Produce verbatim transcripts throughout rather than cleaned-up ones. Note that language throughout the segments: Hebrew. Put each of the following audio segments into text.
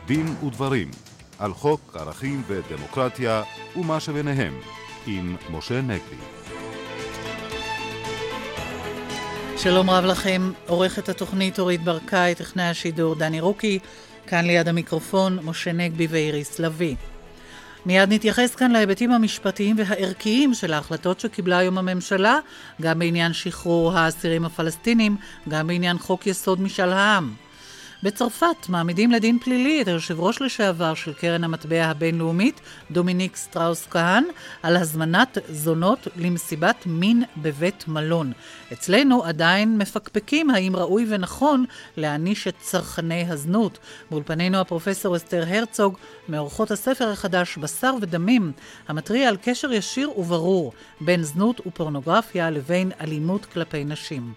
דין ודברים על חוק ערכים ודמוקרטיה ומה שביניהם עם משה נגבי. שלום רב לכם, עורכת התוכנית אורית ברקאי, טכנאי השידור דני רוקי, כאן ליד המיקרופון משה נגבי ואיריס לוי. מיד נתייחס כאן להיבטים המשפטיים והערכיים של ההחלטות שקיבלה היום הממשלה, גם בעניין שחרור האסירים הפלסטינים, גם בעניין חוק יסוד משאל העם. בצרפת מעמידים לדין פלילי את היושב ראש לשעבר של קרן המטבע הבינלאומית, דומיניק סטראוס כהן, על הזמנת זונות למסיבת מין בבית מלון. אצלנו עדיין מפקפקים האם ראוי ונכון להעניש את צרכני הזנות. באולפנינו הפרופסור אסתר הרצוג, מעורכות הספר החדש בשר ודמים, המתריע על קשר ישיר וברור בין זנות ופורנוגרפיה לבין אלימות כלפי נשים.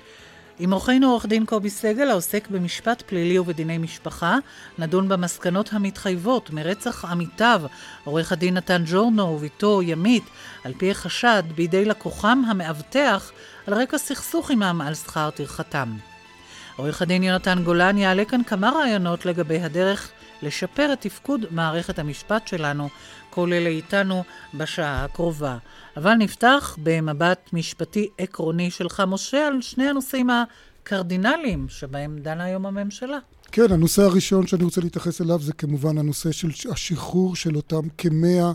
עם אורחנו עורך דין קובי סגל, העוסק במשפט פלילי ובדיני משפחה, נדון במסקנות המתחייבות מרצח עמיתיו, עורך הדין נתן ג'ורנו וביתו ימית, על פי החשד בידי לקוחם המאבטח, על רקע סכסוך עמם על שכר טרחתם. עורך הדין יונתן גולן יעלה כאן כמה רעיונות לגבי הדרך לשפר את תפקוד מערכת המשפט שלנו, כל אלה איתנו בשעה הקרובה. אבל נפתח במבט משפטי עקרוני שלך, משה, על שני הנושאים הקרדינליים שבהם דנה היום הממשלה. כן, הנושא הראשון שאני רוצה להתייחס אליו זה כמובן הנושא של השחרור של אותם כמאה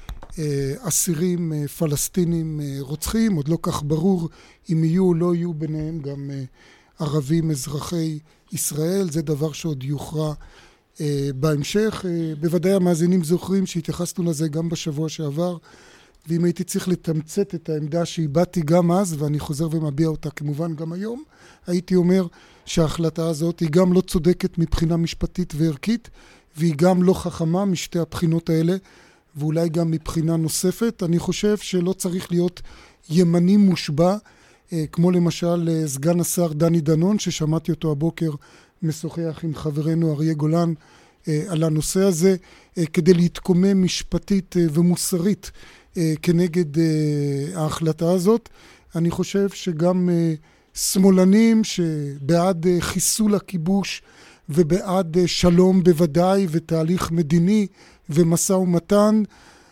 אה, אסירים אה, פלסטינים אה, רוצחים. עוד לא כך ברור אם יהיו או לא יהיו ביניהם גם אה, ערבים אזרחי ישראל. זה דבר שעוד יוכרע Uh, בהמשך. uh, בוודאי המאזינים זוכרים שהתייחסנו לזה גם בשבוע שעבר, ואם הייתי צריך לתמצת את העמדה שהבאתי גם אז, ואני חוזר ומביע אותה כמובן גם היום, הייתי אומר שההחלטה הזאת היא גם לא צודקת מבחינה משפטית וערכית, והיא גם לא חכמה משתי הבחינות האלה, ואולי גם מבחינה נוספת. אני חושב שלא צריך להיות ימני מושבע, uh, כמו למשל uh, סגן השר דני דנון, ששמעתי אותו הבוקר משוחח עם חברנו אריה גולן אה, על הנושא הזה, אה, כדי להתקומם משפטית אה, ומוסרית אה, כנגד אה, ההחלטה הזאת. אני חושב שגם אה, שמאלנים שבעד אה, חיסול הכיבוש ובעד אה, שלום בוודאי ותהליך מדיני ומשא ומתן,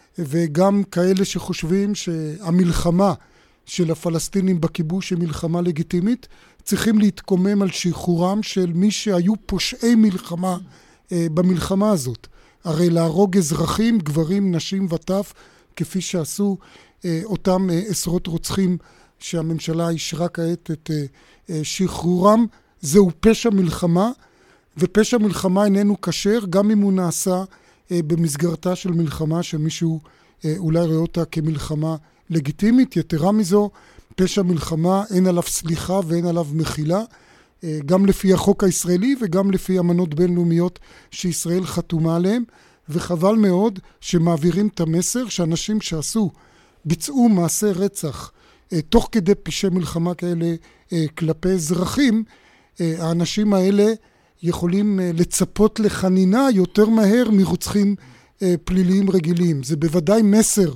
וגם כאלה שחושבים שהמלחמה של הפלסטינים בכיבוש היא מלחמה לגיטימית, צריכים להתקומם על שחרורם של מי שהיו פושעי מלחמה אה, במלחמה הזאת. הרי להרוג אזרחים, גברים, נשים וטף, כפי שעשו אה, אותם אה, עשרות רוצחים שהממשלה אישרה כעת את אה, אה, שחרורם, זהו פשע מלחמה, ופשע מלחמה איננו כשר, גם אם הוא נעשה אה, במסגרתה של מלחמה שמישהו אה, אולי רואה אותה כמלחמה לגיטימית. יתרה מזו, פשע מלחמה אין עליו סליחה ואין עליו מחילה, גם לפי החוק הישראלי וגם לפי אמנות בינלאומיות שישראל חתומה עליהם, וחבל מאוד שמעבירים את המסר שאנשים שעשו, ביצעו מעשי רצח תוך כדי פשעי מלחמה כאלה כלפי אזרחים, האנשים האלה יכולים לצפות לחנינה יותר מהר מרוצחים פליליים רגילים. זה בוודאי מסר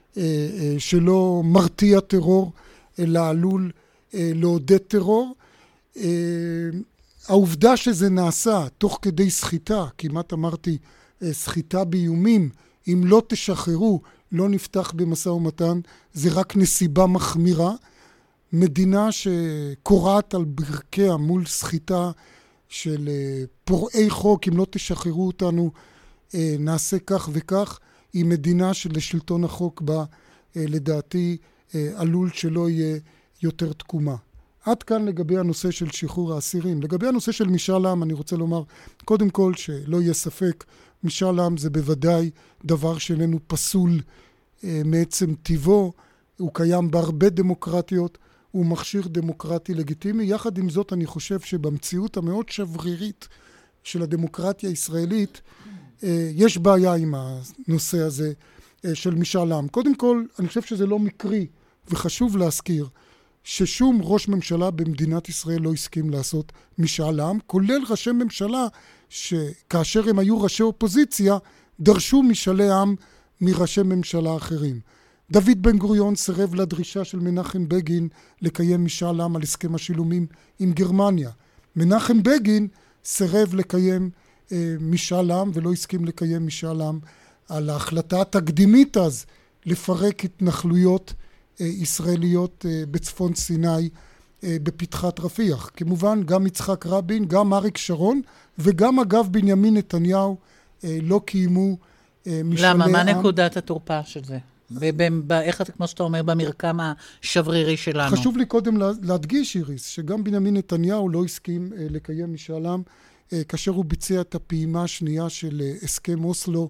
שלא מרתיע טרור, אלא עלול אה, לעודד טרור. אה, העובדה שזה נעשה תוך כדי סחיטה, כמעט אמרתי אה, סחיטה באיומים, אם לא תשחררו, לא נפתח במשא ומתן, זה רק נסיבה מחמירה. מדינה שקורעת על ברכיה מול סחיטה של אה, פורעי חוק, אם לא תשחררו אותנו, אה, נעשה כך וכך, היא מדינה שלשלטון החוק בה, אה, לדעתי, עלול שלא יהיה יותר תקומה. עד כאן לגבי הנושא של שחרור האסירים. לגבי הנושא של משאל עם, אני רוצה לומר, קודם כל שלא יהיה ספק, משאל עם זה בוודאי דבר שאיננו פסול אה, מעצם טבעו, הוא קיים בהרבה דמוקרטיות, הוא מכשיר דמוקרטי לגיטימי. יחד עם זאת, אני חושב שבמציאות המאוד שברירית של הדמוקרטיה הישראלית, אה, יש בעיה עם הנושא הזה אה, של משאל עם. קודם כל, אני חושב שזה לא מקרי, וחשוב להזכיר ששום ראש ממשלה במדינת ישראל לא הסכים לעשות משאל עם, כולל ראשי ממשלה שכאשר הם היו ראשי אופוזיציה, דרשו משאלי עם מראשי ממשלה אחרים. דוד בן גוריון סירב לדרישה של מנחם בגין לקיים משאל עם על הסכם השילומים עם גרמניה. מנחם בגין סירב לקיים משאל עם ולא הסכים לקיים משאל עם על ההחלטה התקדימית אז לפרק התנחלויות ישראליות בצפון סיני בפתחת רפיח. כמובן גם יצחק רבין, גם אריק שרון וגם אגב בנימין נתניהו לא קיימו משאלי עם. למה? מה נקודת התורפה של זה? איך אתה, כמו שאתה אומר, במרקם השברירי שלנו? חשוב לי קודם להדגיש, איריס, שגם בנימין נתניהו לא הסכים לקיים משאל עם כאשר הוא ביצע את הפעימה השנייה של הסכם אוסלו,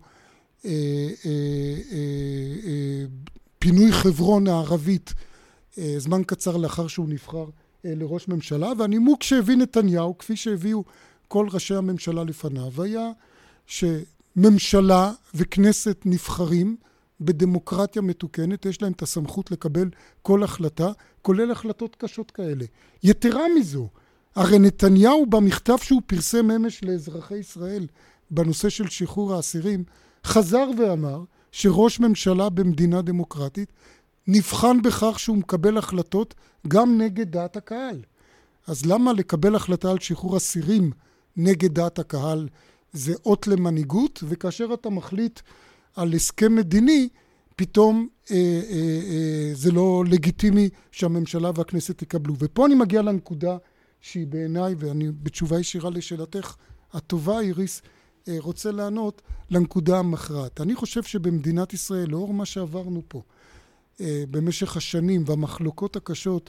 פינוי חברון הערבית, זמן קצר לאחר שהוא נבחר לראש ממשלה, והנימוק שהביא נתניהו, כפי שהביאו כל ראשי הממשלה לפניו, היה שממשלה וכנסת נבחרים בדמוקרטיה מתוקנת, יש להם את הסמכות לקבל כל החלטה, כולל החלטות קשות כאלה. יתרה מזו, הרי נתניהו במכתב שהוא פרסם אמש לאזרחי ישראל בנושא של שחרור האסירים, חזר ואמר שראש ממשלה במדינה דמוקרטית נבחן בכך שהוא מקבל החלטות גם נגד דעת הקהל. אז למה לקבל החלטה על שחרור אסירים נגד דעת הקהל זה אות למנהיגות, וכאשר אתה מחליט על הסכם מדיני, פתאום אה, אה, אה, זה לא לגיטימי שהממשלה והכנסת יקבלו. ופה אני מגיע לנקודה שהיא בעיניי, ואני בתשובה ישירה לשאלתך הטובה, איריס, אה, רוצה לענות לנקודה המכרעת. אני חושב שבמדינת ישראל, לאור מה שעברנו פה, אה, במשך השנים והמחלוקות הקשות,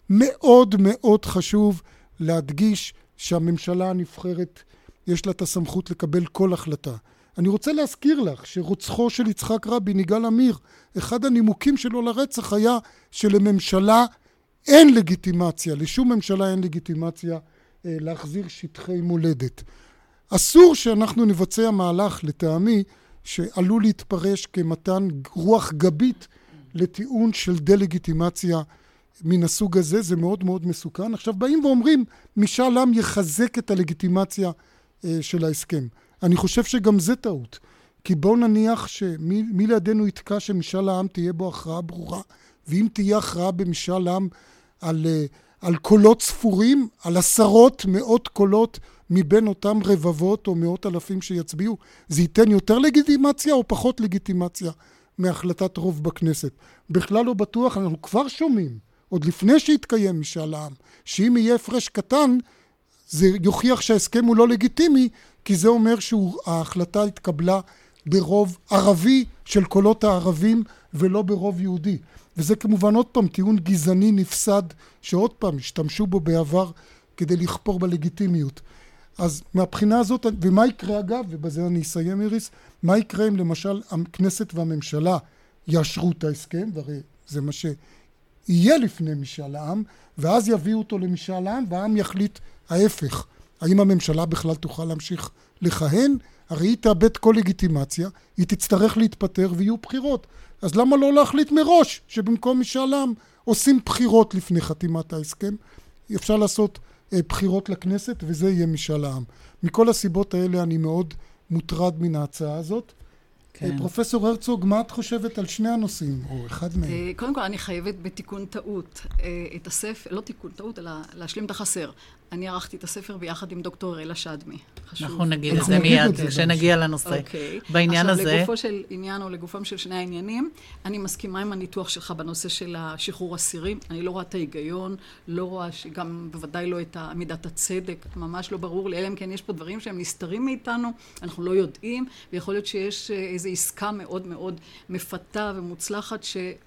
מאוד מאוד חשוב להדגיש שהממשלה הנבחרת יש לה את הסמכות לקבל כל החלטה. אני רוצה להזכיר לך שרוצחו של יצחק רבין, יגאל עמיר, אחד הנימוקים שלו לרצח היה שלממשלה אין לגיטימציה, לשום ממשלה אין לגיטימציה אה, להחזיר שטחי מולדת. אסור שאנחנו נבצע מהלך לטעמי שעלול להתפרש כמתן רוח גבית לטיעון של דה-לגיטימציה מן הסוג הזה, זה מאוד מאוד מסוכן. עכשיו באים ואומרים, משאל עם יחזק את הלגיטימציה אה, של ההסכם. אני חושב שגם זה טעות, כי בואו נניח שמי לידינו יתקע שמשאל העם תהיה בו הכרעה ברורה, ואם תהיה הכרעה במשאל העם על, על קולות ספורים, על עשרות, מאות קולות מבין אותם רבבות או מאות אלפים שיצביעו, זה ייתן יותר לגיטימציה או פחות לגיטימציה מהחלטת רוב בכנסת. בכלל לא בטוח, אנחנו כבר שומעים, עוד לפני שיתקיים משאל העם, שאם יהיה הפרש קטן, זה יוכיח שההסכם הוא לא לגיטימי, כי זה אומר שההחלטה התקבלה ברוב ערבי של קולות הערבים ולא ברוב יהודי. וזה כמובן עוד פעם טיעון גזעני נפסד שעוד פעם השתמשו בו בעבר כדי לכפור בלגיטימיות. אז מהבחינה הזאת, ומה יקרה אגב, ובזה אני אסיים איריס, מה יקרה אם למשל הכנסת והממשלה יאשרו את ההסכם, והרי זה מה שיהיה לפני משאל העם, ואז יביאו אותו למשאל העם והעם יחליט ההפך. האם הממשלה בכלל תוכל להמשיך לכהן? הרי היא תאבד כל לגיטימציה, היא תצטרך להתפטר ויהיו בחירות. אז למה לא להחליט מראש שבמקום משאל עם עושים בחירות לפני חתימת ההסכם? אפשר לעשות אה, בחירות לכנסת וזה יהיה משאל העם. מכל הסיבות האלה אני מאוד מוטרד מן ההצעה הזאת. כן. פרופסור הרצוג, מה את חושבת על שני הנושאים, או אחד מהם? קודם כל, אני חייבת בתיקון טעות את הספר, לא תיקון טעות, אלא להשלים את החסר. אני ערכתי את הספר ביחד עם דוקטור אלה שדמי. אנחנו נגיד את זה מיד, כשנגיע לנושא. בעניין הזה... עכשיו, לגופו של עניין או לגופם של שני העניינים, אני מסכימה עם הניתוח שלך בנושא של השחרור אסירים. אני לא רואה את ההיגיון, לא רואה שגם בוודאי לא את מידת הצדק, ממש לא ברור לי, אלא אם כן יש פה דברים שהם נסתרים מאיתנו, אנחנו לא יודעים, ויכול להיות שיש איזו עסקה מאוד מאוד מפתה ומוצלחת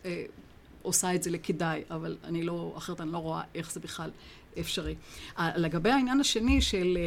שעושה את זה לכדאי, אבל אני לא, אחרת אני לא רואה איך זה בכלל אפשרי. לגבי העניין השני של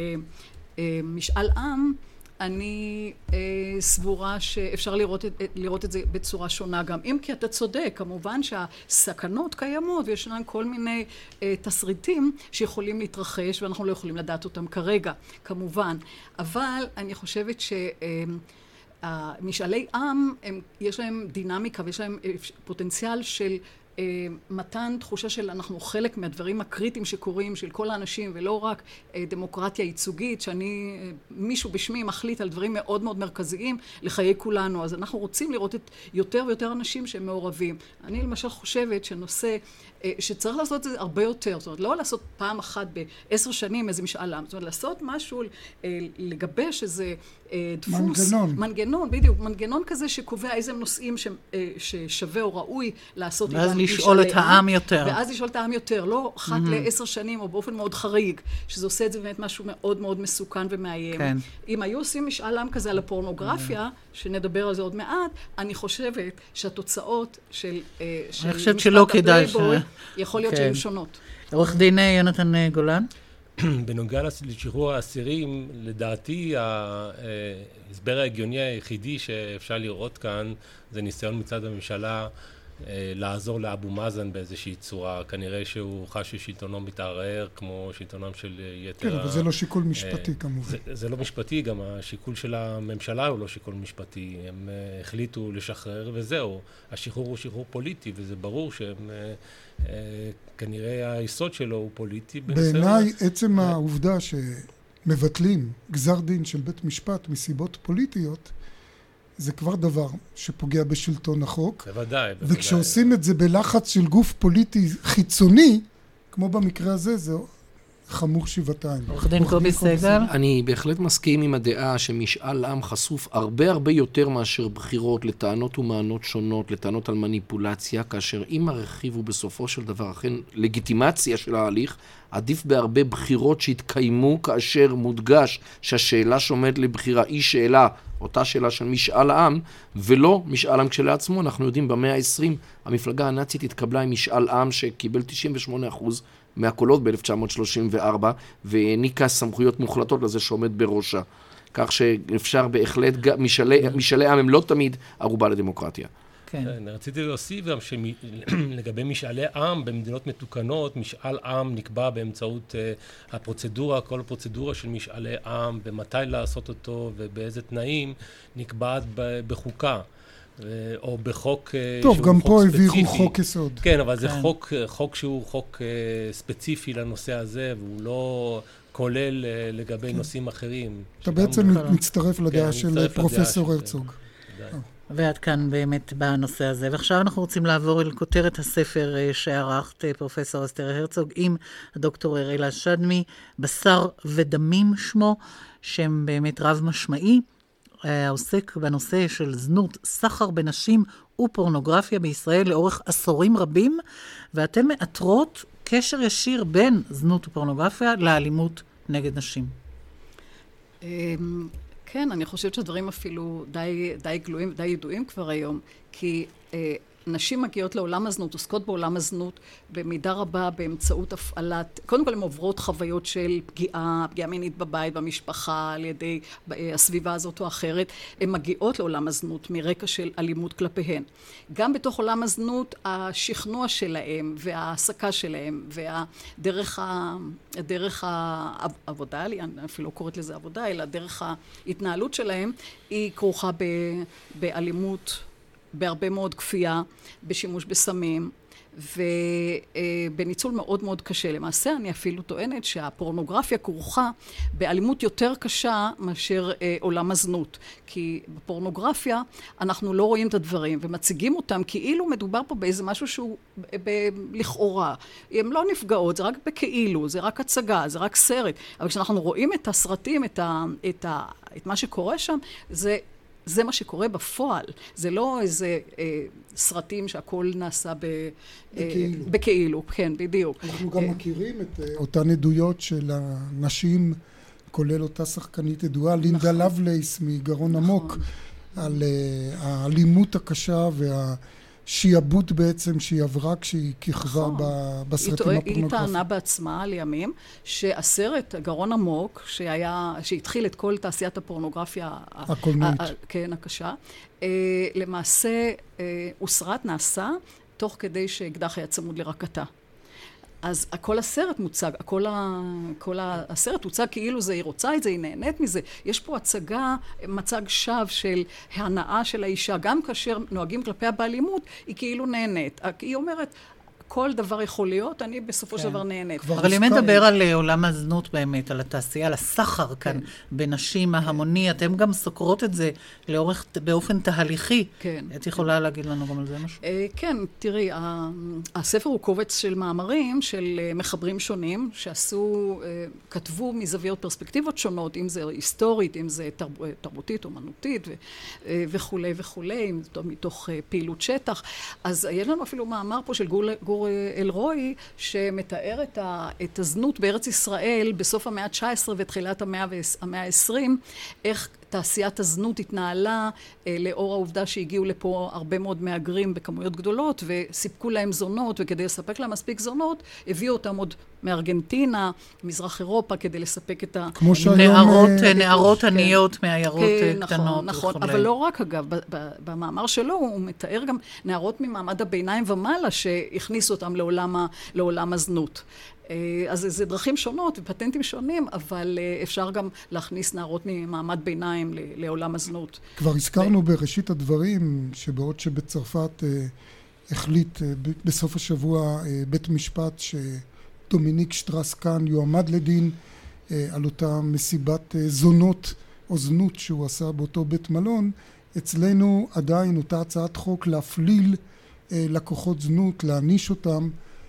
משאל עם, אני סבורה שאפשר לראות את, לראות את זה בצורה שונה גם. אם כי אתה צודק, כמובן שהסכנות קיימות וישנן כל מיני תסריטים שיכולים להתרחש ואנחנו לא יכולים לדעת אותם כרגע, כמובן. אבל אני חושבת ש... משאלי עם, הם, יש להם דינמיקה ויש להם פוטנציאל של מתן תחושה של אנחנו חלק מהדברים הקריטיים שקורים של כל האנשים, ולא רק דמוקרטיה ייצוגית, שאני, מישהו בשמי מחליט על דברים מאוד מאוד מרכזיים לחיי כולנו. אז אנחנו רוצים לראות את יותר ויותר אנשים שהם מעורבים. אני למשל חושבת שנושא, שצריך לעשות את זה הרבה יותר, זאת אומרת, לא לעשות פעם אחת בעשר שנים איזה משאל עם, זאת אומרת, לעשות משהו, לגבש איזה דפוס, מנגנון. מנגנון, בדיוק, מנגנון כזה שקובע איזה נושאים ש, ששווה או ראוי לעשות. ואז לשאול את העם יותר. ואז לשאול את העם יותר, לא אחת לעשר שנים או באופן מאוד חריג, שזה עושה את זה באמת משהו מאוד מאוד מסוכן ומאיים. כן. אם היו עושים משאל עם כזה על הפורנוגרפיה, שנדבר על זה עוד מעט, אני חושבת שהתוצאות של אני חושבת שלא כדאי ש... יכול להיות שהיו שונות. עורך דין יונתן גולן? בנוגע לשחרור האסירים, לדעתי ההסבר ההגיוני היחידי שאפשר לראות כאן זה ניסיון מצד הממשלה לעזור לאבו מאזן באיזושהי צורה. כנראה שהוא חש ששלטונו מתערער כמו שלטונם של יתר... כן, אבל זה לא שיקול משפטי כמובן. זה, זה לא משפטי, גם השיקול של הממשלה הוא לא שיקול משפטי. הם החליטו לשחרר וזהו. השחרור הוא שחרור פוליטי, וזה ברור שהם... כנראה היסוד שלו הוא פוליטי. בעיניי עצם העובדה שמבטלים גזר דין של בית משפט מסיבות פוליטיות, זה כבר דבר שפוגע בשלטון החוק. בוודאי, בוודאי. וכשעושים את זה בלחץ של גוף פוליטי חיצוני, כמו במקרה הזה, זה חמור שבעתיים. עורך דין קובי סגל? אני בהחלט מסכים עם הדעה שמשאל עם חשוף הרבה הרבה יותר מאשר בחירות לטענות ומענות שונות, לטענות על מניפולציה, כאשר אם הרכיב הוא בסופו של דבר אכן לגיטימציה של ההליך, עדיף בהרבה בחירות שהתקיימו כאשר מודגש שהשאלה שעומד לבחירה היא שאלה, אותה שאלה של משאל עם, ולא משאל עם כשלעצמו. אנחנו יודעים במאה ה-עשרים המפלגה הנאצית התקבלה עם משאל עם שקיבל תשעים ושמונה אחוז מהקולות ב-אלף תשע מאות שלושים וארבע, והעניקה סמכויות מוחלטות לזה שעומד בראשה. כך שאפשר בהחלט, משאלי, משאלי עם הם לא תמיד ערובה לדמוקרטיה. כן. רציתי להוסיף גם שלגבי משאלי עם במדינות מתוקנות, משאל עם נקבע באמצעות uh, הפרוצדורה, כל הפרוצדורה של משאלי עם, ומתי לעשות אותו ובאיזה תנאים, נקבעת בחוקה. או בחוק טוב, שהוא גם חוק פה ספציפי. העבירו חוק יסוד. כן, אבל זה כן. חוק, חוק שהוא חוק ספציפי לנושא הזה, והוא לא כולל לגבי נושאים אחרים. אתה בעצם מצטרף לדעה של פרופסור הרצוג. ועד כאן באמת בנושא הזה. ועכשיו אנחנו רוצים לעבור אל כותרת הספר שערכת, פרופסור אסתר הרצוג, עם הדוקטור אראלה שדמי, בשר ודמים שמו, שם באמת רב משמעי, העוסק בנושא של זנות, סחר בנשים ופורנוגרפיה בישראל לאורך עשורים רבים, ואתם מאתרות קשר ישיר בין זנות ופורנוגרפיה לאלימות נגד נשים. כן, אני חושבת שהדברים אפילו די, די גלויים, די ידועים כבר היום, כי נשים מגיעות לעולם הזנות, עוסקות בעולם הזנות במידה רבה באמצעות הפעלת, קודם כל הן עוברות חוויות של פגיעה, פגיעה מינית בבית, במשפחה, על ידי הסביבה הזאת או אחרת, הן מגיעות לעולם הזנות מרקע של אלימות כלפיהן. גם בתוך עולם הזנות, השכנוע שלהם וההעסקה שלהם והדרך ה, דרך העבודה, אני אפילו לא קוראת לזה עבודה, אלא דרך ההתנהלות שלהם, היא כרוכה ב, באלימות, בהרבה מאוד כפייה, בשימוש בסמים, ובניצול מאוד מאוד קשה. למעשה, אני אפילו טוענת שהפורנוגרפיה כרוכה באלימות יותר קשה מאשר אה, עולם הזנות. כי בפורנוגרפיה אנחנו לא רואים את הדברים ומציגים אותם כאילו מדובר פה באיזה משהו שהוא ב- ב- לכאורה. הן לא נפגעות, זה רק בכאילו, זה רק הצגה, זה רק סרט. אבל כשאנחנו רואים את הסרטים, את, ה- את, ה- את מה שקורה שם, זה... זה מה שקורה בפועל. זה לא איזה אה, סרטים שהכל נעשה ב, בכאילו. אה, בכאילו, כן, בדיוק. אנחנו גם מכירים את אה, אותן עדויות של הנשים, כולל אותה שחקנית ידועה, לינדה לבלייס מגרון עמוק, על אה, האלימות הקשה והשיעבוד בעצם שהיא עברה כשהיא כיכבה בסרטים הפורנוגרפיים. היא טענה בעצמה לימים שהסרט גרון עמוק, שהיה, שהתחיל את כל תעשיית הפורנוגרפיה הקולנועית, כן, הקשה, למעשה הוא סרט נעשה תוך כדי שאקדח היה צמוד לרקתה. אז כל הסרט מוצג, כל, ה, כל הסרט הוצג כאילו זה, היא רוצה את זה, היא נהנית מזה. יש פה הצגה, מצג שווא של הנאה של האישה, גם כאשר נוהגים כלפיה באלימות, היא כאילו נהנית. היא אומרת, כל דבר יכול להיות, אני בסופו של דבר נהנית. אבל אם נדבר על עולם הזנות באמת, על התעשייה, על הסחר כאן בנשים ההמוני, אתם גם סוקרות את זה לאורך, באופן תהליכי. את יכולה להגיד לנו גם על זה משהו? כן, תראי, הספר הוא קובץ של מאמרים של מחברים שונים, שעשו, כתבו מזוויות פרספקטיבות שונות, אם זה היסטורית, אם זה תרבותית, אומנותית וכולי וכולי, מתוך פעילות שטח. אז יש לנו אפילו מאמר פה של גור אלרועי, שמתאר את, ה, את הזנות בארץ ישראל בסוף המאה ה-תשע עשרה ותחילת המאה ה-עשרים, איך תעשיית הזנות התנהלה אה, לאור העובדה שהגיעו לפה הרבה מאוד מהגרים בכמויות גדולות וסיפקו להם זונות, וכדי לספק להם מספיק זונות הביאו אותם עוד מארגנטינה, מזרח אירופה, כדי לספק את הנערות, נערות עניות מעיירות כן, קטנות. נכון, נכון, אבל לא רק אגב, במאמר שלו הוא מתאר גם נערות ממעמד הביניים ומעלה שהכניסו אותם לעולם, לעולם הזנות. אז זה דרכים שונות ופטנטים שונים, אבל אפשר גם להכניס נערות ממעמד ביניים לעולם הזנות. כבר הזכרנו בראשית הדברים, שבעוד שבצרפת החליט בסוף השבוע בית משפט שדומיניק שטרס-קאן יועמד לדין על אותה מסיבת זונות או זנות שהוא עשה באותו בית מלון, אצלנו עדיין אותה הצעת חוק להפליל לקוחות זנות, להעניש אותם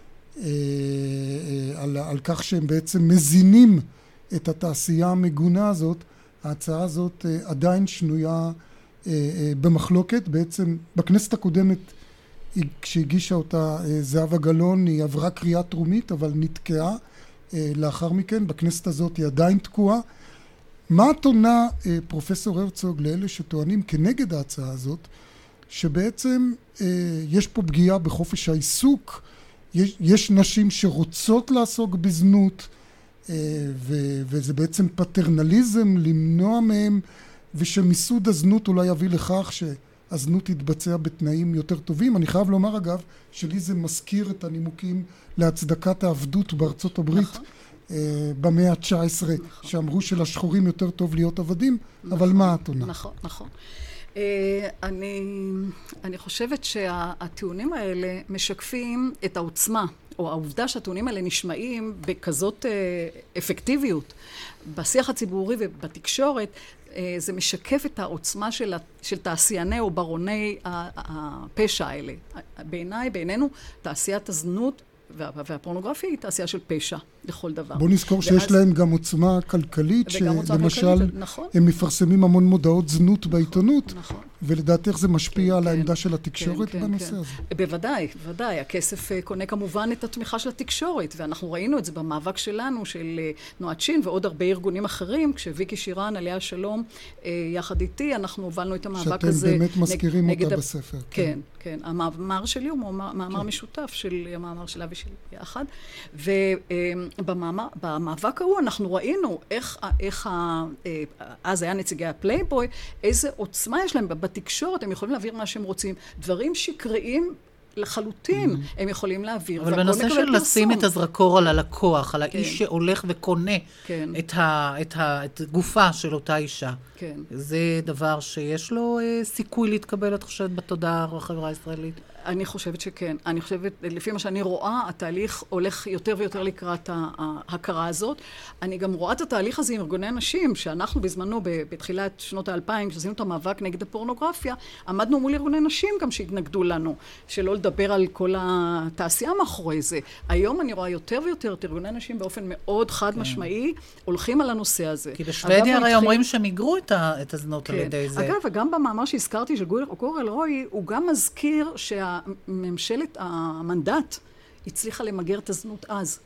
על, על כך שהם בעצם מזינים את התעשייה המגונה הזאת. ההצעה הזאת עדיין שנויה במחלוקת. בעצם בכנסת הקודמת כשהגישה אותה זהבה גלאון היא עברה קריאה טרומית אבל נתקעה לאחר מכן. בכנסת הזאת היא עדיין תקועה. מה את עונה פרופסור הרצוג לאלה שטוענים כנגד ההצעה הזאת, שבעצם יש פה פגיעה בחופש העיסוק, יש, יש נשים שרוצות לעסוק בזנות, ו, וזה בעצם פטרנליזם למנוע מהם, ושמיסוד הזנות אולי יביא לכך שהזנות תתבצע בתנאים יותר טובים. אני חייב לומר אגב, שלי זה מזכיר את הנימוקים להצדקת העבדות בארצות הברית, נכון. במאה ה-תשע עשרה, נכון. שאמרו שלשחורים יותר טוב להיות עבדים, נכון. אבל מה את עונה? נכון, נכון. אני, אני חושבת שהטיעונים האלה משקפים את העוצמה, או העובדה שהטיעונים האלה נשמעים בכזאת אפקטיביות בשיח הציבורי ובתקשורת. זה משקף את העוצמה של, של תעשייני או ברוני הפשע האלה. בעיניי, בעינינו, תעשיית הזנות והפורנוגרפיה היא תעשייה של פשע לכל דבר. בוא נזכור שיש להם גם עוצמה כלכלית, שלמשל הם מפרסמים המון מודעות זנות בעיתונות, ולדעתך זה משפיע על העמדה של התקשורת בנושא הזה. בוודאי, בוודאי. הכסף קונה כמובן את התמיכה של התקשורת, ואנחנו ראינו את זה במאבק שלנו, של תנועת שין ועוד הרבה ארגונים אחרים, כשוויקי שירן, עליה שלום, יחד איתי, אנחנו הובלנו את המאבק הזה. שאתם באמת מזכירים אותה בספר. כן, כן. המאמר שלי הוא מאמר משותף של המאמר שלה ושלי יחד, ובמאבק ההוא אנחנו ראינו איך, איך אז היה נציגי הפלייבוי, איזה עוצמה יש להם בתקשורת, הם יכולים להעביר מה שהם רוצים, דברים שקריים לחלוטין הם יכולים להעביר. אבל בנושא של לשים את הזרקור על הלקוח, על האיש שהולך וקונה את גופה של אותה אישה, זה דבר שיש לו סיכוי להתקבל, את חושבת, בתודעה בחברה הישראלית? אני חושבת שכן. אני חושבת, לפי מה שאני רואה, התהליך הולך יותר ויותר לקראת ההכרה הזאת. אני גם רואה את התהליך הזה עם ארגוני נשים, שאנחנו בזמנו, בתחילת שנות האלפיים, כשעשינו את המאבק נגד הפורנוגרפיה, עמדנו מול ארגוני נשים גם שהתנגדו לנו, שלא לדבר על כל התעשייה מאחורי זה. היום אני רואה יותר ויותר את ארגוני נשים באופן מאוד חד משמעי, הולכים על הנושא הזה. כי בשוודיה הרי אומרים שהם יגרו את הזנות על ידי זה. אגב, וגם במאמר שהזכרתי של גור אלרועי, הוא גם מזכיר שה ממשלת המנדט הצליחה למגר את הזנות אז.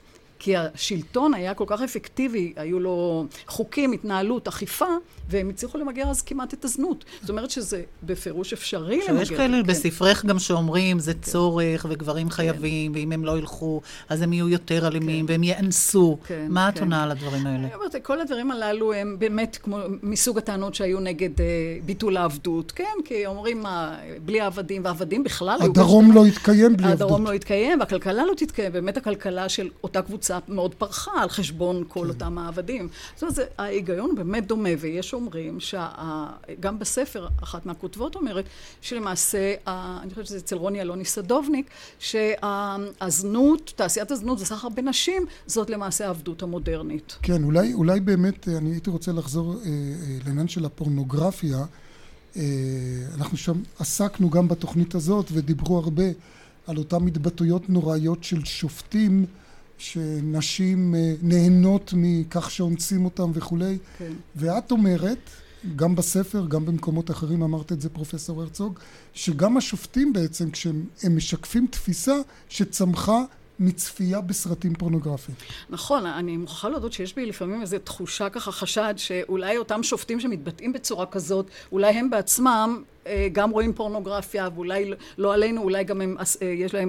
כי השלטון היה כל כך אפקטיבי, היו לו חוקים, התנהלות, אכיפה, והם הצליחו למגר אז כמעט את הזנות. זאת אומרת שזה בפירוש אפשרי למגר. שיש כאלה בספרך גם שאומרים, זה צורך וגברים חייבים, ואם הם לא ילכו, אז הם יהיו יותר אלימים, והם יאנסו. מה את עונה על הדברים האלה? אני אומרת, כל הדברים הללו הם באמת כמו מסוג הטענות שהיו נגד ביטול העבדות, כן? כי אומרים מה, בלי העבדים, והעבדים בכלל... הדרום לא יתקיים בלי עבדות. הדרום לא יתקיים, והכלכלה לא תתקיים. באמת הכלכלה של אותה קבוצה מאוד פרחה על חשבון כל אותם העבדים. זאת אומרת, ההיגיון באמת דומה, ויש אומרים שגם בספר, אחת מהכותבות אומרת, שלמעשה, אני חושבת שזה אצל רוני אלוני סדובניק, שהזנות, תעשיית הזנות וסחר בנשים, זאת למעשה העבדות המודרנית. כן, אולי, אולי באמת, אני הייתי רוצה לחזור אה, אה, לעניין של הפורנוגרפיה. אה, אנחנו שם עסקנו גם בתוכנית הזאת, ודיברו הרבה על אותם התבטאויות נוראיות של שופטים, שנשים אה, נהנות מכך שאונסים אותם וכולי. כן. ואת אומרת, גם בספר, גם במקומות אחרים, אמרת את זה פרופסור הרצוג, שגם השופטים בעצם, כשהם משקפים תפיסה שצמחה מצפייה בסרטים פורנוגרפיים. נכון, אני מוכרחה להודות שיש בי לפעמים איזו תחושה ככה, חשד, שאולי אותם שופטים שמתבטאים בצורה כזאת, אולי הם בעצמם גם רואים פורנוגרפיה, ואולי לא עלינו, אולי גם הם, יש להם...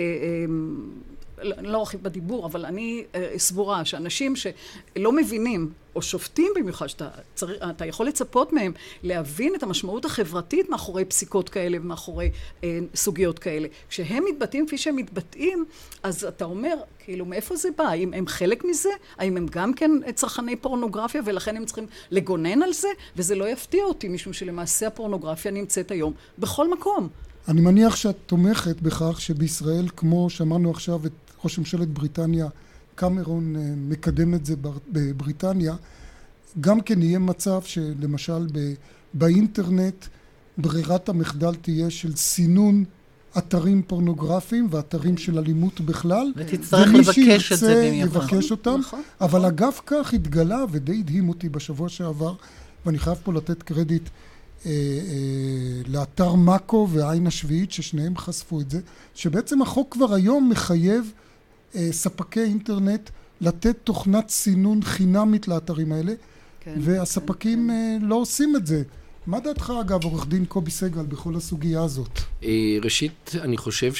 אני לא ארחיב בדיבור, אבל אני סבורה שאנשים שלא מבינים, או שופטים במיוחד, שאתה צריך, אתה יכול לצפות מהם להבין את המשמעות החברתית מאחורי פסיקות כאלה ומאחורי אה, סוגיות כאלה. כשהם מתבטאים כפי שהם מתבטאים, אז אתה אומר, כאילו, מאיפה זה בא? האם הם חלק מזה? האם הם גם כן צרכני פורנוגרפיה, ולכן הם צריכים לגונן על זה? וזה לא יפתיע אותי, משום שלמעשה הפורנוגרפיה נמצאת היום בכל מקום. אני מניח שאת תומכת בכך שבישראל, כמו שאמרנו עכשיו את ראש ממשלת בריטניה, קמרון מקדם את זה בבריטניה, גם כן יהיה מצב שלמשל באינטרנט ברירת המחדל תהיה של סינון אתרים פורנוגרפיים ואתרים של אלימות בכלל, ותצטרך לבקש את זה במיוחד. יבקש אותם, אבל אגב כך התגלה, ודי הדהים אותי בשבוע שעבר, ואני חייב פה לתת קרדיט אה, אה, לאתר מקו והעין השביעית, ששניהם חשפו את זה, שבעצם החוק כבר היום מחייב אה, ספקי אינטרנט לתת תוכנת סינון חינמית לאתרים האלה, כן, והספקים כן, אה, לא עושים את זה. מה דעתך אגב, עורך דין קובי סגל, בכל הסוגיה הזאת? ראשית, אני חושב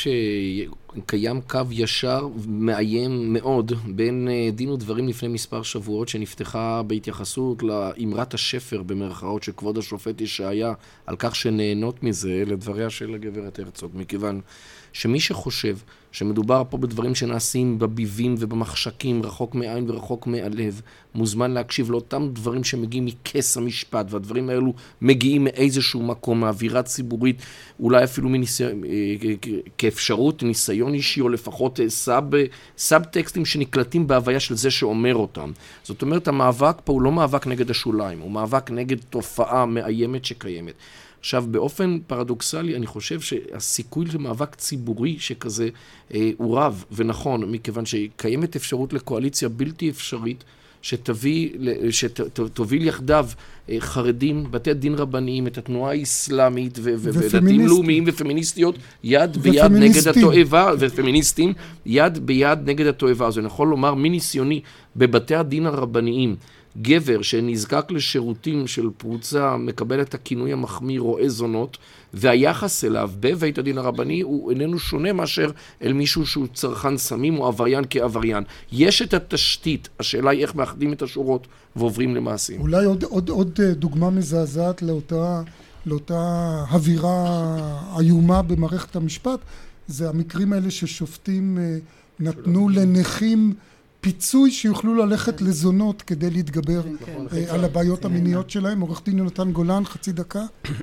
שקיים קו ישר מאיים מאוד בין דין ודברים לפני מספר שבועות שנפתחה בהתייחסות לאמרת השפר במרכאות של כבוד השופט ישעיה על כך שנהנות מזה לדבריה של הגברת הרצוג, מכיוון שמי שחושב שמדובר פה בדברים שנעשים בביבים ובמחשקים רחוק מעין ורחוק מהלב, מוזמן להקשיב לאותם דברים שמגיעים מכס המשפט, והדברים האלו מגיעים מאיזשהו מקום, מאווירה ציבורית, אולי אפילו מניסיון, כאפשרות, ניסיון אישי, או לפחות סאב, סאב טקסטים שנקלטים בהוויה של זה שאומר אותם. זאת אומרת, המאבק פה הוא לא מאבק נגד השוליים, הוא מאבק נגד תופעה מאיימת שקיימת. עכשיו, באופן פרדוקסלי, אני חושב שהסיכוי למאבק ציבורי שכזה אה, הוא רב ונכון, מכיוון שקיימת אפשרות לקואליציה בלתי אפשרית, שתביא, שתוביל יחדיו אה, חרדים, בתי דין רבניים, את התנועה האסלאמית ו- ודתיים לאומיים ופמיניסטיות, יד ביד נגד התועבה, ופמיניסטים, יד ביד נגד התועבה. אז אני יכול לומר, מניסיוני, בבתי הדין הרבניים, גבר שנזקק לשירותים של פרוצה מקבל את הכינוי המחמיא רואה זונות, והיחס אליו בבית הדין הרבני הוא איננו שונה מאשר אל מישהו שהוא צרכן סמים או עבריין כעבריין. יש את התשתית, השאלה היא איך מאחדים את השורות ועוברים למעשים. אולי עוד, עוד, עוד דוגמה מזעזעת לאותה, לאותה אווירה איומה במערכת המשפט, זה המקרים האלה ששופטים נתנו לנכים פיצוי שיוכלו ללכת לזונות כדי להתגבר על הבעיות המיניות שלהם. עורך דין יונתן גולן, חצי דקה.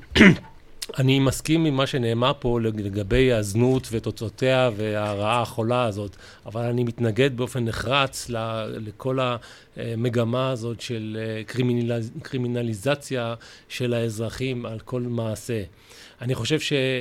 אני מסכים עם מה שנאמר פה לגבי הזנות ותוצאותיה והרעה החולה הזאת, אבל אני מתנגד באופן נחרץ לכל המגמה הזאת של קרימינליזציה של האזרחים על כל מעשה. אני חושב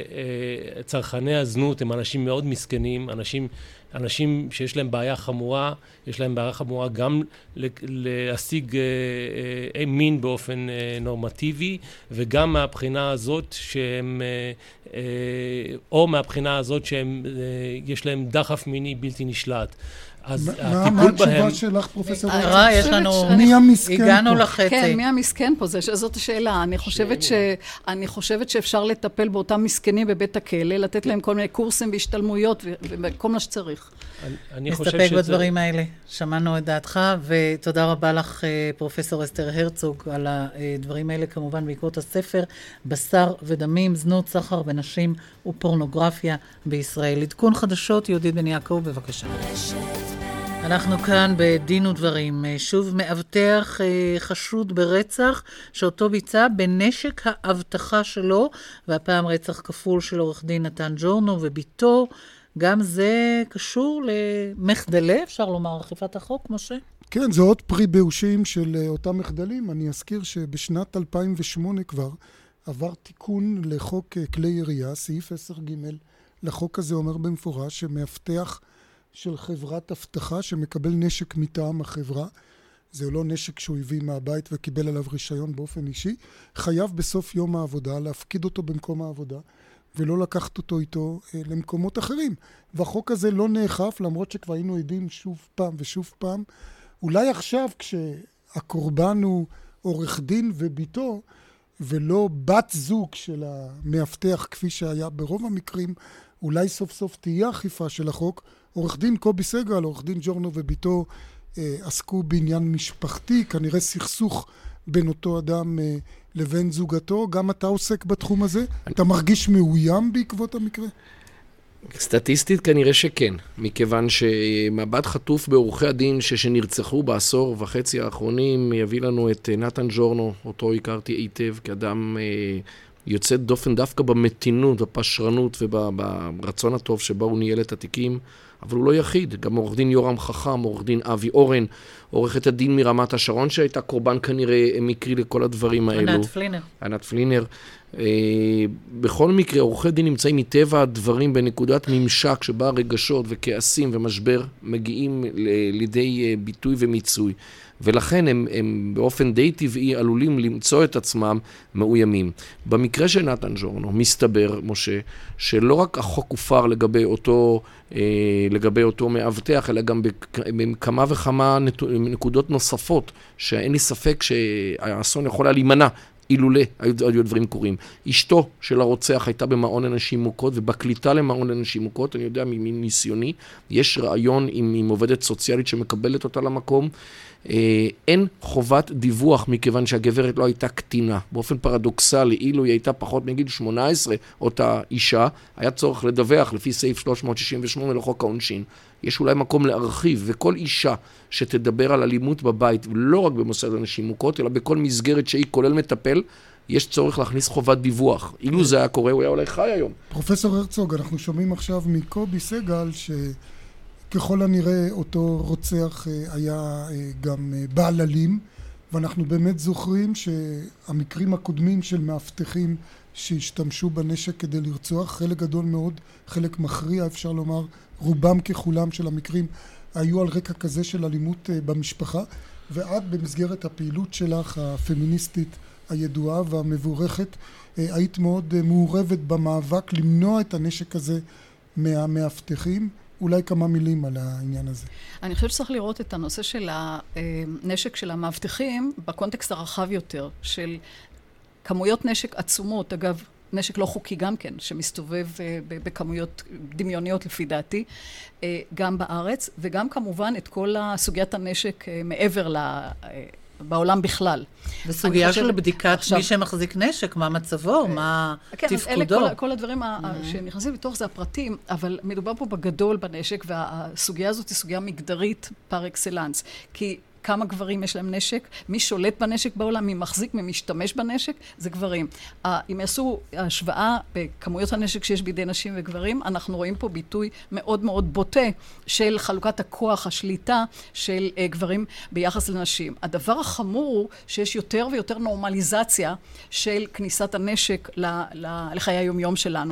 שצרכני הזנות הם אנשים מאוד מסכנים, אנשים אנשים שיש להם בעיה חמורה, יש להם בעיה חמורה גם להשיג מין באופן נורמטיבי, וגם מהבחינה הזאת שהם, או מהבחינה הזאת שהם, יש להם דחף מיני בלתי נשלט. אז מה הטיפול התשובה בהם... שלך, פרופסור? רע, יש לנו... מי המסכן פה? הגענו לחצי. כן, מי המסכן פה? זאת השאלה. אני חושבת ש... אני חושבת שאפשר לטפל באותם מסכנים בבית הכלא, לתת להם כל מיני קורסים והשתלמויות וכל מה שצריך. נסתפק בדברים האלה. שמענו את דעתך, ותודה רבה לך, פרופסור אסתר הרצוג, על הדברים האלה, כמובן בעקבות הספר, בשר ודמים, זנות, סחר בנשים ופורנוגרפיה בישראל. עדכון חדשות, יהודית בן יעקב, בבקשה. אנחנו כאן בדין ודברים. שוב מאבטח חשוד ברצח שאותו ביצע בנשק האבטחה שלו, והפעם רצח כפול של עורך דין נתן ג'ורנו וביתו. גם זה קשור למחדלי, אפשר לומר, אכיפת החוק, משה? כן, זה עוד פרי באושים של אותם מחדלים. אני אזכיר שבשנת אלפיים ושמונה כבר עבר תיקון לחוק כלי ירייה, סעיף עשר ג' לחוק הזה אומר במפורש שמאבטח של חברת אבטחה שמקבל נשק מטעם החברה, זה לא נשק שהוא הביא מהבית וקיבל עליו רישיון באופן אישי, חייב בסוף יום העבודה להפקיד אותו במקום העבודה, ולא לקחת אותו איתו אה, למקומות אחרים. והחוק הזה לא נאכף, למרות שכבר היינו עדים שוב פעם ושוב פעם. אולי עכשיו כשהקורבן הוא עורך דין וביתו, ולא בת זוג של המאבטח כפי שהיה ברוב המקרים, אולי סוף סוף תהיה אכיפה של החוק. עורך דין קובי סגל, עורך דין ג'ורנו וביתו אה, עסקו בעניין משפחתי, כנראה סכסוך בין אותו אדם אה, לבין זוגתו. גם אתה עוסק בתחום הזה? אני... אתה מרגיש מאוים בעקבות המקרה? סטטיסטית כנראה שכן, מכיוון שמבט חטוף בעורכי הדין שנרצחו בעשור וחצי האחרונים יביא לנו את נתן ג'ורנו, אותו הכרתי היטב כאדם אה, יוצא דופן דווקא במתינות, בפשרנות וברצון הטוב שבו הוא ניהל את התיקים, אבל הוא לא יחיד, גם עורך דין יורם חכם, עורך דין אבי אורן, עורכת הדין מרמת השרון שהייתה קורבן כנראה מקרי לכל הדברים האלו. ענת פלינר. ענת פלינר. בכל מקרה, עורכי דין נמצאים מטבע הדברים בנקודת ממשק שבה רגשות וכעסים ומשבר מגיעים לידי ביטוי ומיצוי. ולכן הם, הם באופן די טבעי עלולים למצוא את עצמם מאוימים. במקרה של נתן ג'ורנו, מסתבר, משה, שלא רק החוק הופר לגבי אותו, אה, לגבי אותו מאבטח, אלא גם בכמה וכמה נקודות נוספות, שאין לי ספק שהאסון יכול היה להימנע. אילולה היו דברים קורים. אשתו של הרוצח הייתה במעון לנשים מוכות, ובקליטה למעון לנשים מוכות, אני יודע מניסיוני, יש רעיון עם, עם עובדת סוציאלית שמקבלת אותה למקום, אה, אין חובת דיווח מכיוון שהגברת לא הייתה קטינה. באופן פרדוקסלי, אילו היא הייתה פחות מגיל שמונה עשרה, אותה אישה, היה צורך לדווח לפי סעיף שלוש מאות שישים ושמונה לחוק העונשין. יש אולי מקום להרחיב, וכל אישה שתדבר על אלימות בבית, ולא רק במוסד לנשים מוכות, אלא בכל מסגרת שהיא כולל מטפל, יש צורך להכניס חובת דיווח. אילו זה היה קורה, הוא היה אולי חי היום. פרופסור הרצוג, אנחנו שומעים עכשיו מקובי סגל, שככל הנראה אותו רוצח היה גם בעל אלים, ואנחנו באמת זוכרים שהמקרים הקודמים של מאבטחים שהשתמשו בנשק כדי לרצוח, חלק גדול מאוד, חלק מכריע, אפשר לומר, רובם ככולם של המקרים היו על רקע כזה של אלימות במשפחה, ואת במסגרת הפעילות שלך הפמיניסטית הידועה והמבורכת, היית מאוד מעורבת במאבק למנוע את הנשק הזה מהמאבטחים. אולי כמה מילים על העניין הזה. אני חושבת שצריך לראות את הנושא של הנשק של המאבטחים בקונטקסט הרחב יותר, של כמויות נשק עצומות, אגב, נשק לא חוקי גם כן, שמסתובב בכמויות דמיוניות לפי דעתי, גם בארץ, וגם כמובן את כל סוגיית הנשק מעבר ל... בעולם בכלל. וסוגיה של בדיקת מי שמחזיק נשק, מה מצבו, מה תפקודו. כן, כל הדברים שנכנסים בתוך זה הפרטים, אבל מדובר פה בגדול בנשק, והסוגיה הזאת היא סוגיה מגדרית פר אקסלנס, כי כמה גברים יש להם נשק, מי שולט בנשק בעולם, מי מחזיק, מי משתמש בנשק, זה גברים. אם יעשו השוואה בכמויות הנשק שיש בידי נשים וגברים, אנחנו רואים פה ביטוי מאוד מאוד בוטה של חלוקת הכוח, השליטה של גברים ביחס לנשים. הדבר החמור הוא שיש יותר ויותר נורמליזציה של כניסת הנשק לחיי היומיום שלנו.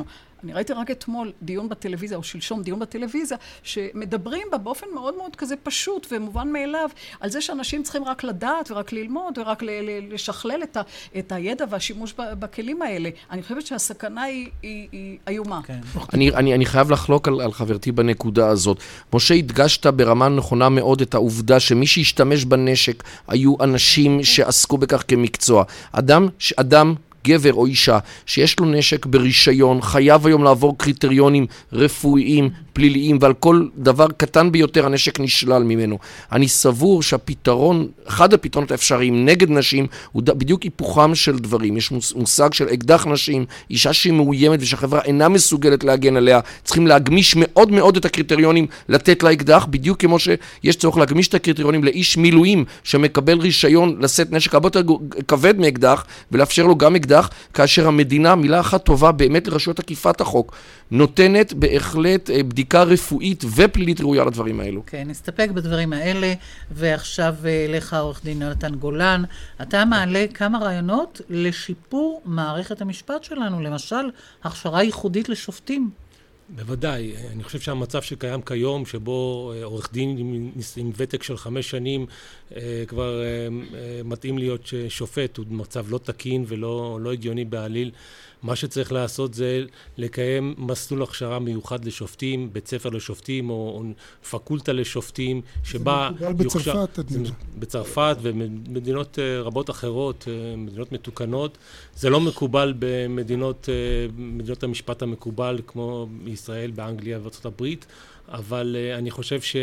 אני ראיתי רק אתמול דיון בטלוויזיה, או שלשום דיון בטלוויזיה, שמדברים בה באופן מאוד מאוד כזה פשוט ומובן מאליו, על זה שאנשים צריכים רק לדעת ורק ללמוד ורק לשכלל את, ה, את הידע והשימוש בכלים האלה. אני חושבת שהסכנה היא, היא, היא איומה. כן. אני, אני, אני חייב לחלוק על, על חברתי בנקודה הזאת. משה, הדגשת ברמה נכונה מאוד את העובדה שמי שהשתמש בנשק היו אנשים שעסקו בכך כמקצוע. אדם, אדם גבר או אישה שיש לו נשק ברישיון, חייב היום לעבור קריטריונים רפואיים, פליליים, ועל כל דבר קטן ביותר הנשק נשלל ממנו. אני סבור שהפתרון, אחד הפתרונות האפשריים נגד נשים, הוא בדיוק היפוכם של דברים. יש מושג של אקדח נשים, אישה שהיא מאוימת ושהחברה אינה מסוגלת להגן עליה, צריכים להגמיש מאוד מאוד את הקריטריונים לתת לה אקדח, בדיוק כמו שיש צורך להגמיש את הקריטריונים לאיש מילואים שמקבל רישיון לשאת נשק הרבה יותר כבד מאקדח, ולאפשר לו גם אקדח, כאשר המדינה, מילה אחת טובה באמת לרשויות עקיפת החוק, נותנת בהחלט בדיקה רפואית ופלילית ראויה לדברים האלו. כן, נסתפק בדברים האלה, ועכשיו לך עורך דין יונתן גולן, אתה מעלה כמה רעיונות לשיפור מערכת המשפט שלנו, למשל, הכשרה ייחודית לשופטים. בוודאי, אני חושב שהמצב שקיים כיום, שבו עורך דין עם ותק של חמש שנים כבר מתאים להיות שופט, הוא מצב לא תקין ולא לא הגיוני בעליל. מה שצריך לעשות זה לקיים מסלול הכשרה מיוחד לשופטים, בית ספר לשופטים או, או פקולטה לשופטים, שבה... זה מקובל בצרפת. זה בצרפת ובמדינות רבות אחרות, מדינות מתוקנות. זה לא מקובל במדינות מדינות המשפט המקובל, כמו בישראל, באנגליה וארצות הברית, אבל אני חושב ש...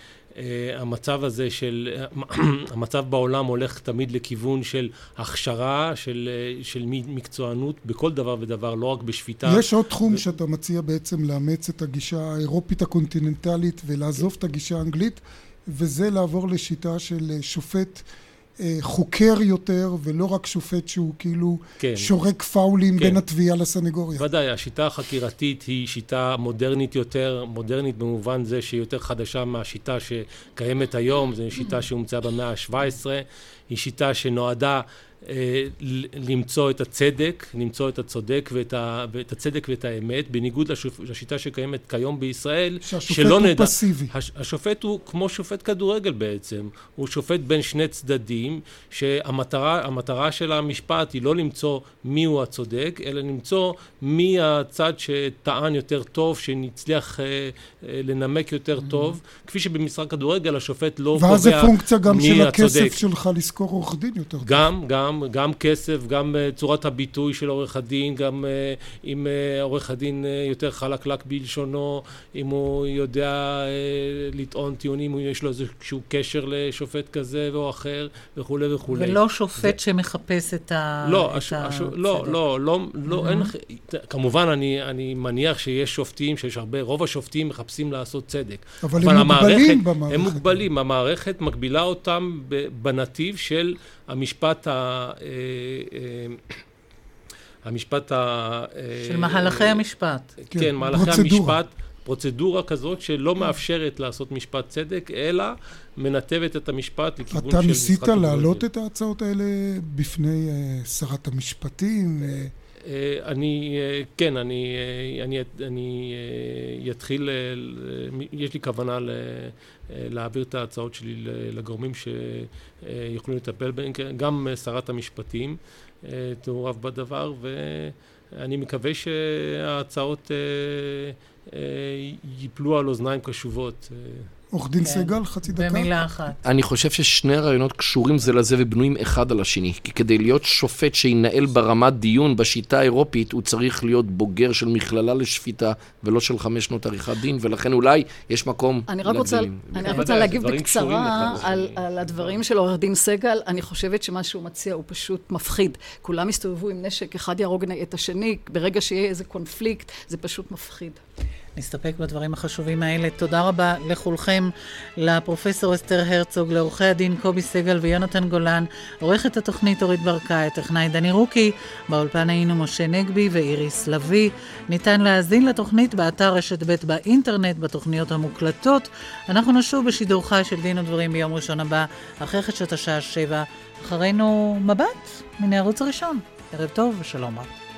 המצב הזה של, המצב בעולם הולך תמיד לכיוון של הכשרה, של, של מקצוענות בכל דבר ודבר, לא רק בשפיטה. יש עוד תחום ו... שאתה מציע בעצם לאמץ את הגישה האירופית הקונטיננטלית ולעזוב את הגישה האנגלית, וזה לעבור לשיטה של שופט חוקר יותר, ולא רק שופט שהוא כאילו כן. שורק פאולים כן. בין התביעה לסנגוריה. ודאי, השיטה החקירתית היא שיטה מודרנית יותר, מודרנית במובן זה שהיא יותר חדשה מהשיטה שקיימת היום, זו שיטה שהומצאה במאה ה-שבע עשרה, היא שיטה שנועדה למצוא את הצדק, למצוא את הצודק ואת, ה, ואת הצדק ואת האמת, בניגוד לשופ, לשיטה שקיימת כיום בישראל, שלא נדע. הוא פסיבי. הש, השופט הוא כמו שופט כדורגל בעצם, הוא שופט בין שני צדדים, שהמטרה המטרה של המשפט היא לא למצוא מי הוא הצודק, אלא למצוא מי הצד שטען יותר טוב, שנצליח אה, אה, לנמק יותר mm-hmm. טוב, כפי שבמשחק כדורגל השופט לא קובע מי הצודק. ואז זה פונקציה גם של הכסף שלך לזכור עורך דין יותר טוב. גם, גם. גם כסף, גם צורת הביטוי של עורך הדין, גם אם עורך הדין יותר חלקלק בלשונו, אם הוא יודע לטעון טיעונים, אם יש לו איזשהו קשר לשופט כזה או אחר, וכו' וכו'. ולא שופט שמחפש את הצדק. לא, לא, לא, אין, כמובן אני מניח שיש שופטים, שיש הרבה, רוב השופטים מחפשים לעשות צדק. אבל הם מוגבלים במערכת. הם מוגבלים, המערכת מגבילה אותם בנתיב של המשפט ה... המשפט ה... של מהלכי המשפט. כן, מהלכי המשפט, פרוצדורה כזאת שלא מאפשרת לעשות משפט צדק, אלא מנתבת את המשפט לכיוון של משחק. אתה ניסית להעלות את ההצעות האלה בפני שרת המשפטים? אני, כן, אני, אני, אני יתחיל, יש לי כוונה להעביר את ההצעות שלי לגורמים שיוכלו לטפל בהן, גם שרת המשפטים תעורב בדבר, ואני מקווה שההצעות ייפלו על אוזניים קשובות. עורך דין סגל, חצי דקה. במילה אחת. אני חושב ששני הרעיונות קשורים זה לזה ובנויים אחד על השני. כי כדי להיות שופט שינהל ברמת דיון בשיטה האירופית, הוא צריך להיות בוגר של מכללה לשפיטה, ולא של חמש שנות עריכת דין, ולכן אולי יש מקום אני רק רוצה, אני רק רוצה להגיב בקצרה על, על הדברים של עורך דין סגל. אני חושבת שמה שהוא מציע הוא פשוט מפחיד. כולם הסתובבו עם נשק, אחד יהרוג את השני, ברגע שיהיה איזה קונפליקט, זה פשוט מפחיד. נסתפק בדברים החשובים האלה. תודה רבה לכולכם, לפרופסור אסתר הרצוג, לעורכי הדין קובי סגל ויונתן גולן, עורכת התוכנית אורית ברקאי, טכנאי דני רוקי, באולפן היינו משה נגבי ואיריס לוי. ניתן להאזין לתוכנית באתר רשת ב' באינטרנט, בתוכניות המוקלטות. אנחנו נשוב בשידור חי של דין ודברים ביום ראשון הבא, אחרי חדשות השעה שבע. אחרינו מבט מן הערוץ הראשון. ערב טוב ושלום רב.